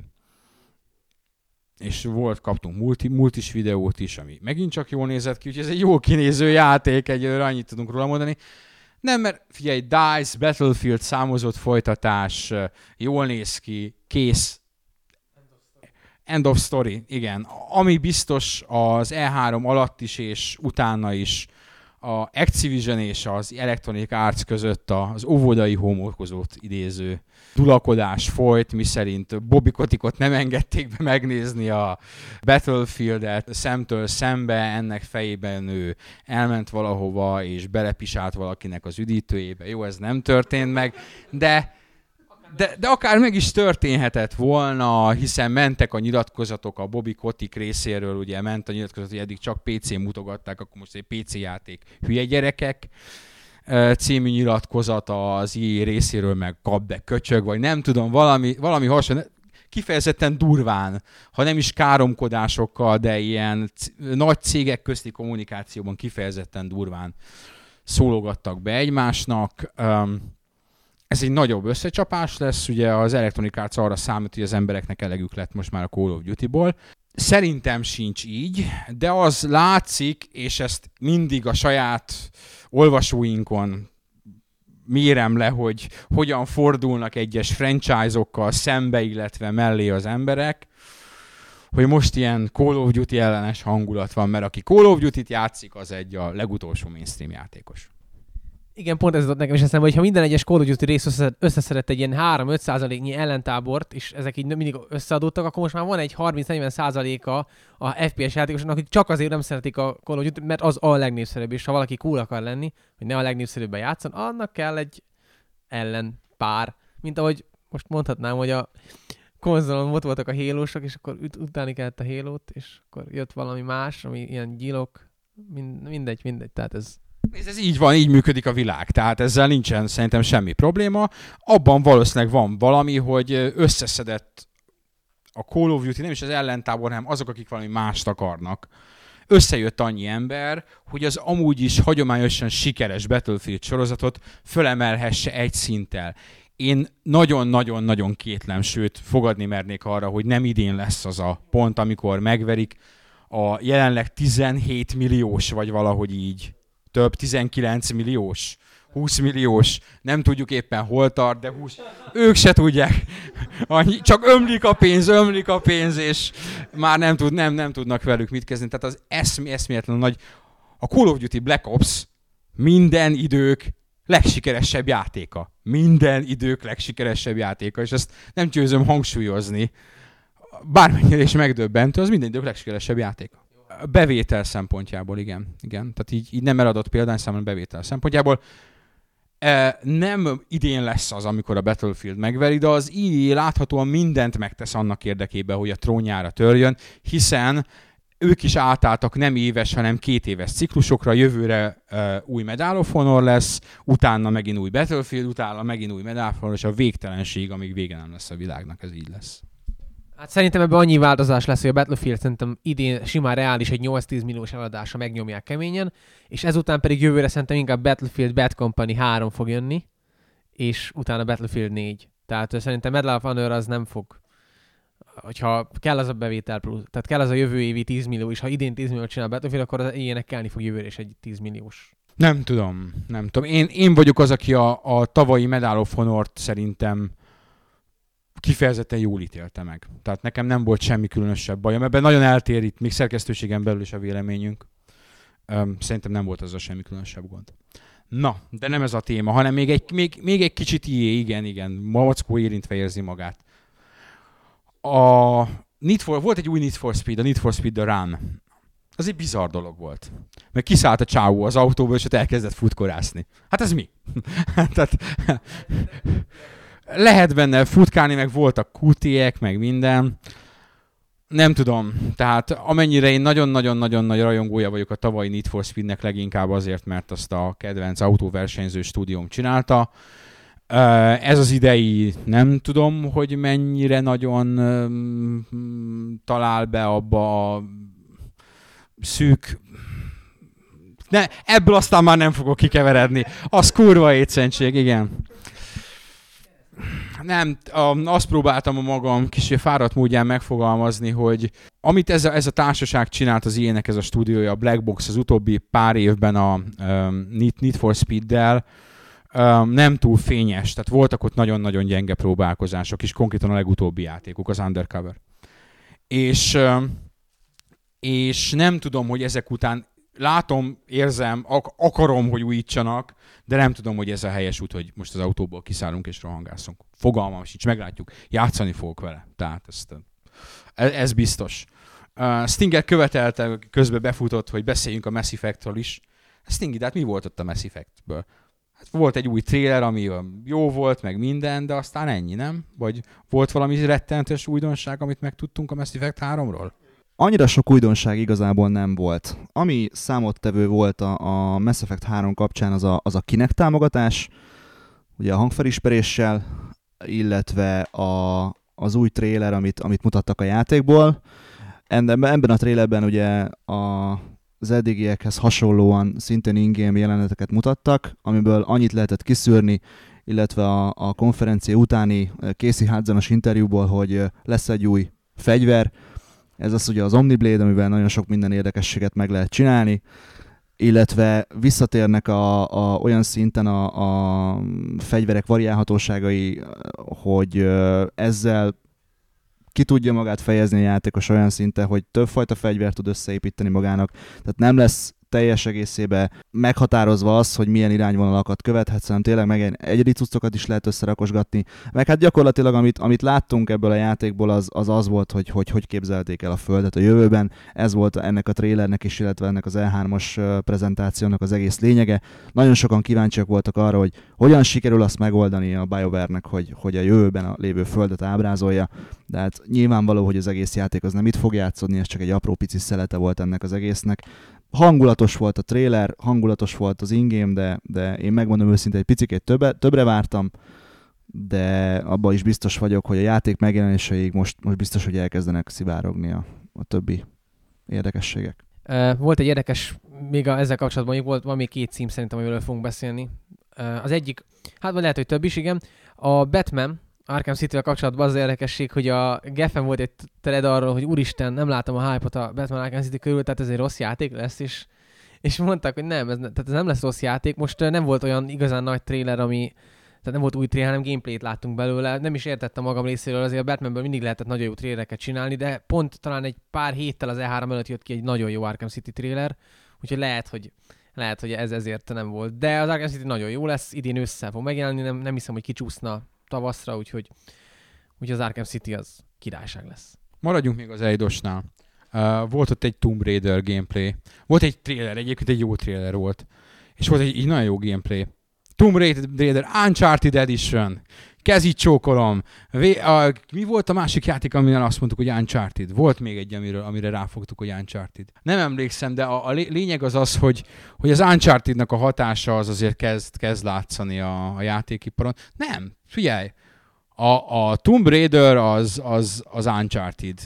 A: És kaptunk multis videót is, ami megint csak jól nézett ki, úgyhogy ez egy jól kinéző játék, egyelőre annyit tudunk róla mondani. Nem, mert figyelj, DICE, Battlefield számozott folytatás, jól néz ki, kész. End of story, igen. Ami biztos az E3 alatt is és utána is a Activision és az Electronic Arts között az óvodai homorkozót idéző dulakodás folyt, miszerint Bobby Kotickot nem engedték be megnézni a Battlefieldet szemtől szembe, ennek fejében ő elment valahova és belepisált valakinek az üdítőjébe. Jó, ez nem történt meg, de akár meg is történhetett volna, hiszen mentek a nyilatkozatok a Bobby Kotick részéről, ugye ment a nyilatkozat, hogy eddig csak PC-n mutogatták, akkor most egy PC játék hülye gyerekek című nyilatkozat az EA részéről, meg kap be köcsög, vagy nem tudom, valami hasonló, kifejezetten durván, ha nem is káromkodásokkal, de ilyen nagy cégek közti kommunikációban kifejezetten durván szólogattak be egymásnak. Ez egy nagyobb összecsapás lesz, ugye az Electronic Arts arra számít, hogy az embereknek elegük lett most már a Call of Duty-ból. Szerintem sincs így, de az látszik, és ezt mindig a saját olvasóinkon mérem le, hogy hogyan fordulnak egyes franchise-okkal szembe, illetve mellé az emberek, hogy most ilyen Call of Duty ellenes hangulat van, mert aki Call of Duty-t játszik, az egy a legutolsó mainstream játékos.
C: Igen, pont ez jutott nekem is eszembe, hogy ha minden egyes Call of Duty rész összeszedett egy ilyen 3-5%-nyi ellentábort, és ezek így mindig összeadódtak, akkor most már van egy 30-40%-a a FPS játékosoknak, hogy csak azért nem szeretik a Call of Duty, mert az a legnépszerűbb, és ha valaki cool akar lenni, hogy ne a legnépszerűbben játszon, annak kell egy ellenpár. Mint ahogy most mondhatnám, hogy a konzolon ott voltak a Halo-sok, és akkor utáni kellett a Halo-t, és akkor jött valami más, ami ilyen gyilok, mindegy, tehát
A: Ez így van, így működik a világ, tehát ezzel nincsen szerintem semmi probléma. Abban valószínűleg van valami, hogy összeszedett a Call of Duty, nem is az ellentábor, hanem azok, akik valami mást akarnak. Összejött annyi ember, hogy az amúgy is hagyományosan sikeres Battlefield sorozatot fölemelhesse egy szinttel. Én nagyon-nagyon-nagyon kétlem, sőt fogadni mernék arra, hogy nem idén lesz az a pont, amikor megverik a jelenleg 17 milliós, vagy valahogy így több, 19 milliós, 20 milliós, nem tudjuk éppen hol tart, de 20, ők se tudják. Csak ömlik a pénz, és már nem tudnak velük mit kezdeni. Tehát az eszméletlen nagy. A Call of Duty Black Ops minden idők legsikeresebb játéka. Minden idők legsikeresebb játéka, és ezt nem győzöm hangsúlyozni. Bármennyire is megdöbbentő, az minden idők legsikeresebb játéka. Bevétel szempontjából, igen. Tehát így nem eladott példányszámon bevétel szempontjából. Nem idén lesz az, amikor a Battlefield megveri, de az EA láthatóan mindent megtesz annak érdekében, hogy a trónjára törjön, hiszen ők is átálltak nem éves, hanem 2 éves ciklusokra, jövőre új Medal of Honor lesz, utána megint új Battlefield, utána megint új Medal of Honor, és a végtelenség, amíg vége nem lesz a világnak, ez így lesz.
C: Hát szerintem ebben annyi változás lesz, hogy a Battlefield szerintem idén simán reális egy 8-10 milliós eladása megnyomják keményen, és ezután pedig jövőre szerintem inkább Battlefield Bad Company 3 fog jönni, és utána Battlefield 4. Tehát szerintem Medal of Honor az nem fog, hogyha kell az a bevétel plusz, tehát kell az a jövő évi 10 millió, és ha idén 10 milliót csinál Battlefield, akkor az ilyenek kellni fog jövőre is egy 10 milliós.
A: Nem tudom. Én vagyok az, aki a tavalyi Medal of Honort szerintem kifejezetten jól ítélte meg. Tehát nekem nem volt semmi különösebb bajom. Ebben nagyon eltér itt, még szerkesztőségen belül is a véleményünk. Szerintem nem volt azzal semmi különösebb gond. Na, de nem ez a téma, hanem még egy kicsit igen. Mackó érintve érzi magát. Volt egy új Need for Speed, a Need for Speed The Run. Az egy bizarr dolog volt. Mert kiszállt a csávó az autóból, és ott elkezdett futkorászni. Hát ez mi? Tehát, lehet benne futkálni, meg voltak QT-ek, meg minden. Nem tudom. Tehát amennyire én nagyon-nagyon-nagyon nagy rajongója vagyok a tavalyi Need for Speednek, leginkább azért, mert azt a kedvenc autóversenyző stúdióm csinálta. Ez az idei nem tudom, hogy mennyire nagyon talál be abba a szűk Ne, ebből aztán már nem fogok kikeveredni. Az kurva étszentség, igen. Nem, azt próbáltam a magam kicsit fáradt módján megfogalmazni, hogy amit ez a társaság csinált az ilyenek, ez a stúdiója, a Black Box az utóbbi pár évben a Need for Speed-del, nem túl fényes, tehát voltak ott nagyon-nagyon gyenge próbálkozások, és konkrétan a legutóbbi játékuk, az Undercover. És nem tudom, hogy ezek után látom, érzem, akarom, hogy újítsanak, de nem tudom, hogy ez a helyes út, hogy most az autóból kiszállunk és rohangászunk. Fogalmam sincs, meglátjuk. Játszani fogok vele. Tehát ez biztos. Stinger követelte, közben befutott, hogy beszéljünk a Mass Effectről is. Stinger, de hát mi volt ott a Mass Effectből? Hát volt egy új trailer, ami jó volt, meg minden, de aztán ennyi, nem? Vagy volt valami rettenetes újdonság, amit megtudtunk a Mass Effect 3-ról?
E: Annyira sok újdonság igazából nem volt. Ami számottevő volt a Mass Effect 3 kapcsán, az a Kinect támogatás, ugye a hangfelismeréssel, illetve az új trailer, amit mutattak a játékból. Ebben a trailerben ugye az eddigiekhez hasonlóan szintén in-game jeleneteket mutattak, amiből annyit lehetett kiszűrni, illetve a konferencia utáni Casey Hudson-os interjúból, hogy lesz egy új fegyver. Ez az ugye az Omniblade, amivel nagyon sok minden érdekességet meg lehet csinálni, illetve visszatérnek olyan szinten a fegyverek variálhatóságai, hogy ezzel ki tudja magát fejezni a játékos olyan szinten, hogy többfajta fegyvert tud összeépíteni magának. Tehát nem lesz teljes egészében meghatározva az, hogy milyen irányvonalakat követhetsz, hanem tényleg meg egyedi cuccokat is lehet összerakosgatni. Meg hát gyakorlatilag, amit láttunk ebből a játékból, az volt, hogy képzelték el a Földet a jövőben. Ez volt ennek a trailernek is, illetve ennek az E3-os prezentációnak az egész lényege. Nagyon sokan kíváncsiak voltak arra, hogy hogyan sikerül azt megoldani a BioWare-nek, hogy a jövőben a lévő Földet ábrázolja. De hát nyilvánvaló, hogy az egész játék az nem itt fog játszódni, ez csak egy apró pici szelete volt ennek az egésznek. Hangulatos volt a trailer, hangulatos volt az in-game, de én megmondom őszintén, egy picikét többre vártam, de abban is biztos vagyok, hogy a játék megjelenéseig most biztos, hogy elkezdenek szivárogni a többi érdekességek.
C: Volt egy érdekes, még ezzel kapcsolatban van még 2 cím szerintem, amiről fogunk beszélni. Az egyik, hát vagy lehet, hogy több is, igen. A Batman Arkham City-vel kapcsolatban az érdekesség, hogy a Geffen volt egy thread arról, hogy úristen, nem látom a hype-ot a Batman Arkham City körül, tehát ez egy rossz játék lesz, és mondták, hogy nem, tehát ez nem lesz rossz játék. Most nem volt olyan igazán nagy trailer, tehát nem volt új trailer, hanem gameplayt láttunk belőle. Nem is értettem magam részéről, azért a Batmanből mindig lehetett nagyon jó trailereket csinálni, de pont talán egy pár héttel az E3 előtt jött ki egy nagyon jó Arkham City trailer, úgyhogy lehet, hogy ez ezért nem volt. De az Arkham City nagyon jó lesz, idén ősszel fog megjelenni, nem hiszem, hogy kicsúszna tavaszra, úgyhogy az Arkham City az királyság lesz.
A: Maradjunk még az Eidosnál. Volt ott egy Tomb Raider gameplay. Volt egy trailer, egyébként egy jó trailer volt. És volt egy nagyon jó gameplay. Tomb Raider Uncharted Edition. Kezit csókolom. Mi volt a másik játék, amire azt mondtuk, hogy Uncharted? Volt még egy, amire ráfogtuk, hogy Uncharted. Nem emlékszem, de a lényeg az, hogy az Uncharted-nak a hatása az azért kezd látszani a játékiparon. Nem, figyelj! A Tomb Raider az Uncharted.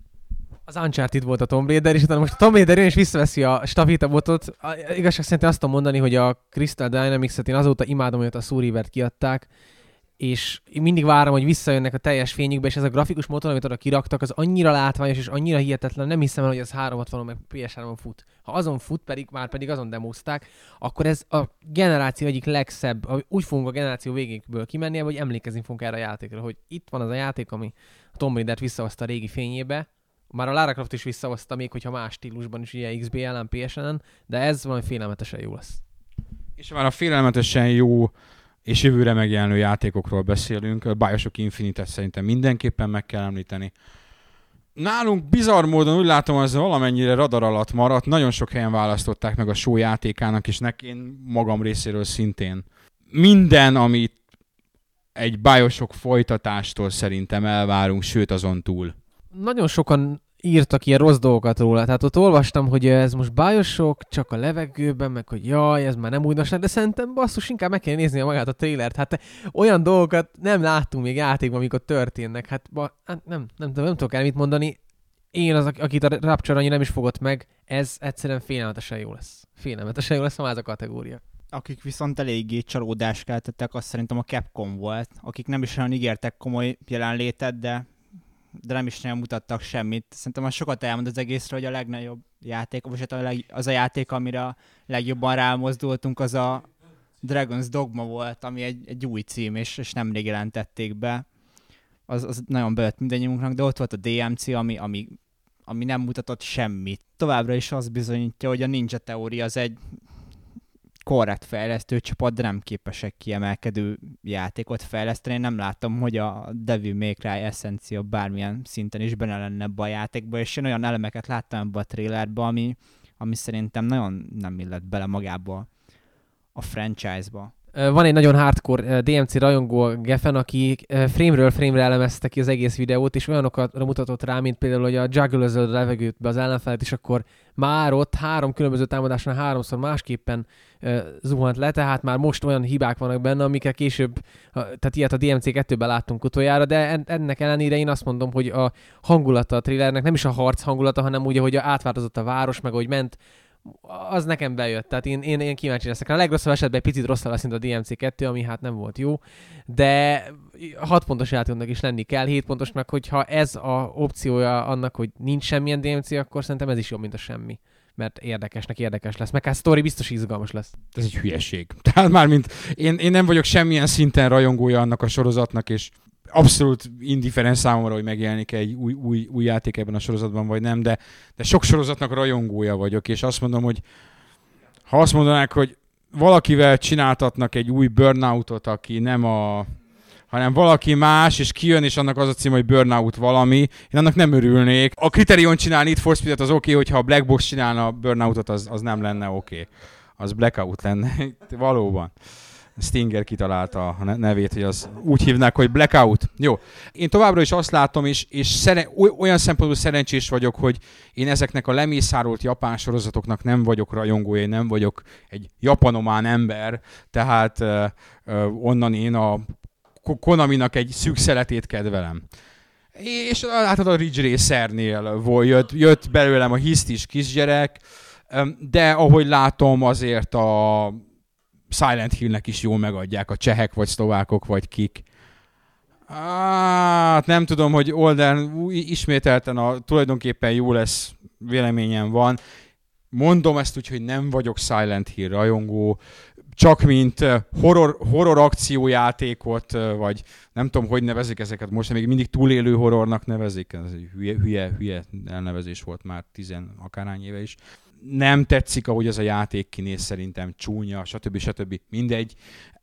C: Az Uncharted volt a Tomb Raider, és utána most a Tomb Raider jön és visszaveszi a stafétabotot. Igazság szerint azt tudom mondani, hogy a Crystal Dynamics-et én azóta imádom, hogy a Soul River-t kiadták, és én mindig várom, hogy visszajönnek a teljes fényükbe, és ez a grafikus motor, amit oda kiraktak, az annyira látványos és annyira hihetetlen, nem hiszem el, hogy az 360-on meg PS3-on fut. Ha azon fut, pedig azon demózták, akkor ez a generáció egyik legszebb, úgy fogunk a generáció végégből kimenni, hogy emlékezni fogunk erre a játékra, hogy itt van az a játék, ami a Tomb Raider-t visszahozta a régi fényébe. Már a Lara Croft is visszahozta, még hogyha más stílusban is, ugye XBL-en, PSN-en, de ez valami félelmetesen jó lesz.
A: És már a félelmetesen jó és jövőre megjelenő játékokról beszélünk. A Bioshock Infinite-et szerintem mindenképpen meg kell említeni. Nálunk bizarr módon úgy látom, hogy ez valamennyire radar alatt maradt. Nagyon sok helyen választották meg a show játékának, és én magam részéről szintén. Minden, amit egy Bioshock folytatástól szerintem elvárunk, sőt azon túl.
C: Nagyon sokan írtak ilyen rossz dolgokat róla. Tehát ott olvastam, hogy ez most Bioshock, csak a levegőben, meg hogy jaj, ez már nem újdonság, de szerintem basszus, inkább meg kell nézni magát a trailert. Hát olyan dolgokat nem láttunk még játékban, amikor történnek. Nem tudok el mit mondani. én az, akit a Rapture annyira nem is fogott meg, ez egyszerűen félelmetesen jó lesz. Félelmetesen jó lesz, ha ez a kategória.
D: Akik viszont eléggé csalódást keltettek, azt szerintem a Capcom volt, akik nem is olyan ígértek komoly jelenlétet, de nem is nagyon mutattak semmit. Szerintem az sokat elmond az egészről, hogy a legnagyobb játék, vagy az a játék, amire a legjobban rámozdultunk, az a Dragon's Dogma volt, ami egy új cím, és nemrég jelentették be. Az nagyon bejött mindannyiunknak, de ott volt a DMC, ami nem mutatott semmit. Továbbra is az bizonyítja, hogy a Ninja Theory az egy korrekt fejlesztő csapat, de nem képesek kiemelkedő játékot fejleszteni. Én nem láttam, hogy a Devil May Cry Essentia bármilyen szinten is benne lenne ebbe a játékba, és én olyan elemeket láttam ebbe a trailerbe, ami szerintem nagyon nem illett bele magába a franchise-ba.
C: Van egy nagyon hardcore DMC rajongó Geffen, aki frame-ről frame-re elemezte ki az egész videót, és olyanokat mutatott rá, mint például, hogy a jugglözöd a levegőt be az ellenfelet, és akkor már ott 3 különböző támadásnál 3-szor másképpen zuhant le, tehát már most olyan hibák vannak benne, amikre később, tehát ilyet a DMC2-ben láttunk utoljára, de ennek ellenére én azt mondom, hogy a hangulata a thrillernek nem is a harc hangulata, hanem úgy, hogy átváltozott a város, meg ahogy ment, az nekem bejött, tehát én kíváncsi leszek. A legrosszabb esetben egy picit rosszabb lesz, mint a DMC2, ami hát nem volt jó, de 6 pontos játéknak is lenni kell, 7 pontos, meg hogyha ez a opciója annak, hogy nincs semmilyen DMC, akkor szerintem ez is jobb, mint a semmi. Mert érdekes lesz. Meg a sztori biztos izgalmas lesz.
A: Ez egy hülyeség. Tehát mármint én nem vagyok semmilyen szinten rajongója annak a sorozatnak, és abszolút indiferens számomra, hogy megjelenik egy új játék ebben a sorozatban, vagy nem, de sok sorozatnak rajongója vagyok, és azt mondom, hogy ha azt mondanák, hogy valakivel csináltatnak egy új Burnoutot, aki nem hanem valaki más, és kijön, és annak az a cím, hogy Burnout valami, én annak nem örülnék. A Criterion csinál Need for Speed-et, az oké, hogyha a Black Box csinálna a Burnoutot, az nem lenne oké. Az Blackout lenne. Valóban. Stinger kitalálta a nevét, hogy az úgy hívnák, hogy Blackout. Jó. Én továbbra is azt látom, és olyan szempontból szerencsés vagyok, hogy én ezeknek a lemészárolt japán sorozatoknak nem vagyok rajongója, nem vagyok egy japanomán ember, tehát onnan én a Konaminak egy szűk szeletét kedvelem. És látod a Ridge Racernél jött belőlem a hisztis kisgyerek, de ahogy látom, azért a Silent Hillnek is jól megadják a csehek, vagy szlovákok, vagy kik. Nem tudom, hogy Olden ismételten tulajdonképpen jó lesz, véleményem van. Mondom ezt úgy, hogy nem vagyok Silent Hill rajongó, csak mint horror akciójátékot, vagy nem tudom, hogy nevezik ezeket most, még mindig túlélő horrornak nevezik. Ez egy hülye elnevezés volt már 10 akárhány éve is. Nem tetszik, ahogy ez a játék kinéz, szerintem csúnya, stb. Mindegy.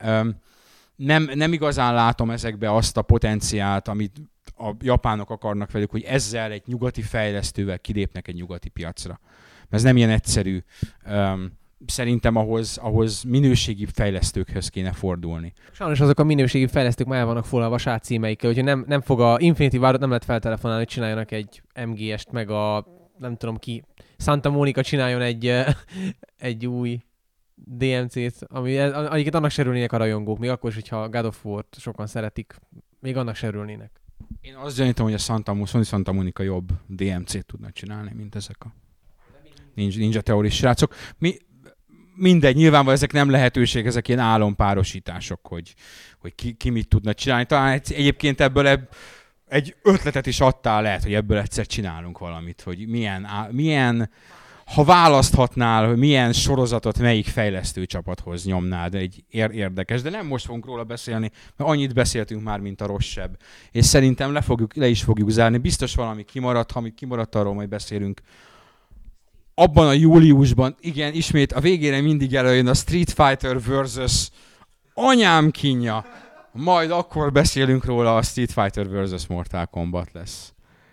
A: Nem igazán látom ezekbe azt a potenciált, amit a japánok akarnak velük, hogy ezzel egy nyugati fejlesztővel kilépnek egy nyugati piacra. Mert ez nem ilyen egyszerű. Szerintem ahhoz minőségi fejlesztőkhöz kéne fordulni.
C: Sajnos azok a minőségi fejlesztők már el vannak foglalva a saját címeikkel, úgyhogy nem fog a Infinity Wardot nem lehet feltelefonálni, hogy csináljanak egy MGS-t, meg a nem tudom ki, Santa Monica csináljon egy új DMC-t, amiket annak se örülnének a rajongók, még akkor is, hogyha God of War-t sokan szeretik, még annak se örülnének.
A: Én azt gyanítom, hogy a Santa Monica jobb DMC-t tudnak csinálni, mint ezek a Ninja Theory srácok. Mindegy, nyilvánvalóan ezek nem lehetőség, ezek ilyen álompárosítások, hogy ki mit tudna csinálni. Talán egyébként ebből egy ötletet is adtál, lehet, hogy ebből egyszer csinálunk valamit, hogy milyen ha választhatnál, hogy milyen sorozatot melyik fejlesztő csapathoz nyomnád, egy érdekes, de nem most fogunk róla beszélni, mert annyit beszéltünk már, mint a rosszabb. És szerintem le is fogjuk zárni. Biztos valami kimaradt, ha kimaradt, arról majd beszélünk. Abban a júliusban, igen, ismét a végére mindig előjön a Street Fighter versus anyám kínja. Majd akkor beszélünk róla, a Street Fighter versus Mortal Kombat lesz.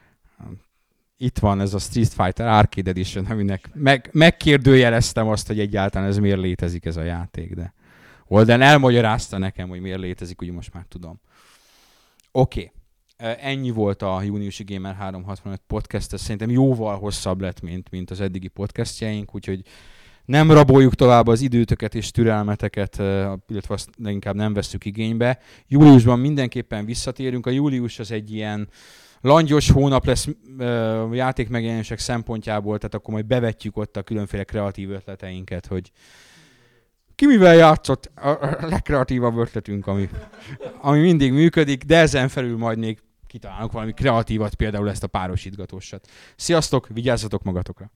A: Itt van ez a Street Fighter Arcade Edition, aminek megkérdőjeleztem azt, hogy egyáltalán ez miért létezik ez a játék, de Holden elmagyarázta nekem, hogy miért létezik, úgy most már tudom. Oké. Ennyi volt a júniusi Gamer 365 podcast, ez szerintem jóval hosszabb lett, mint az eddigi podcastjaink, úgyhogy nem raboljuk tovább az időtöket és türelmeteket, illetve azt inkább nem vesszük igénybe. Júliusban mindenképpen visszatérünk. A július az egy ilyen langyos hónap lesz játékmegjelenések szempontjából, tehát akkor majd bevetjük ott a különféle kreatív ötleteinket, hogy ki mivel játszott, a legkreatívabb ötletünk, ami mindig működik, de ezen felül majd még kitalálunk valami kreatívat, például ezt a párosítgatósat. Sziasztok, vigyázzatok magatokra!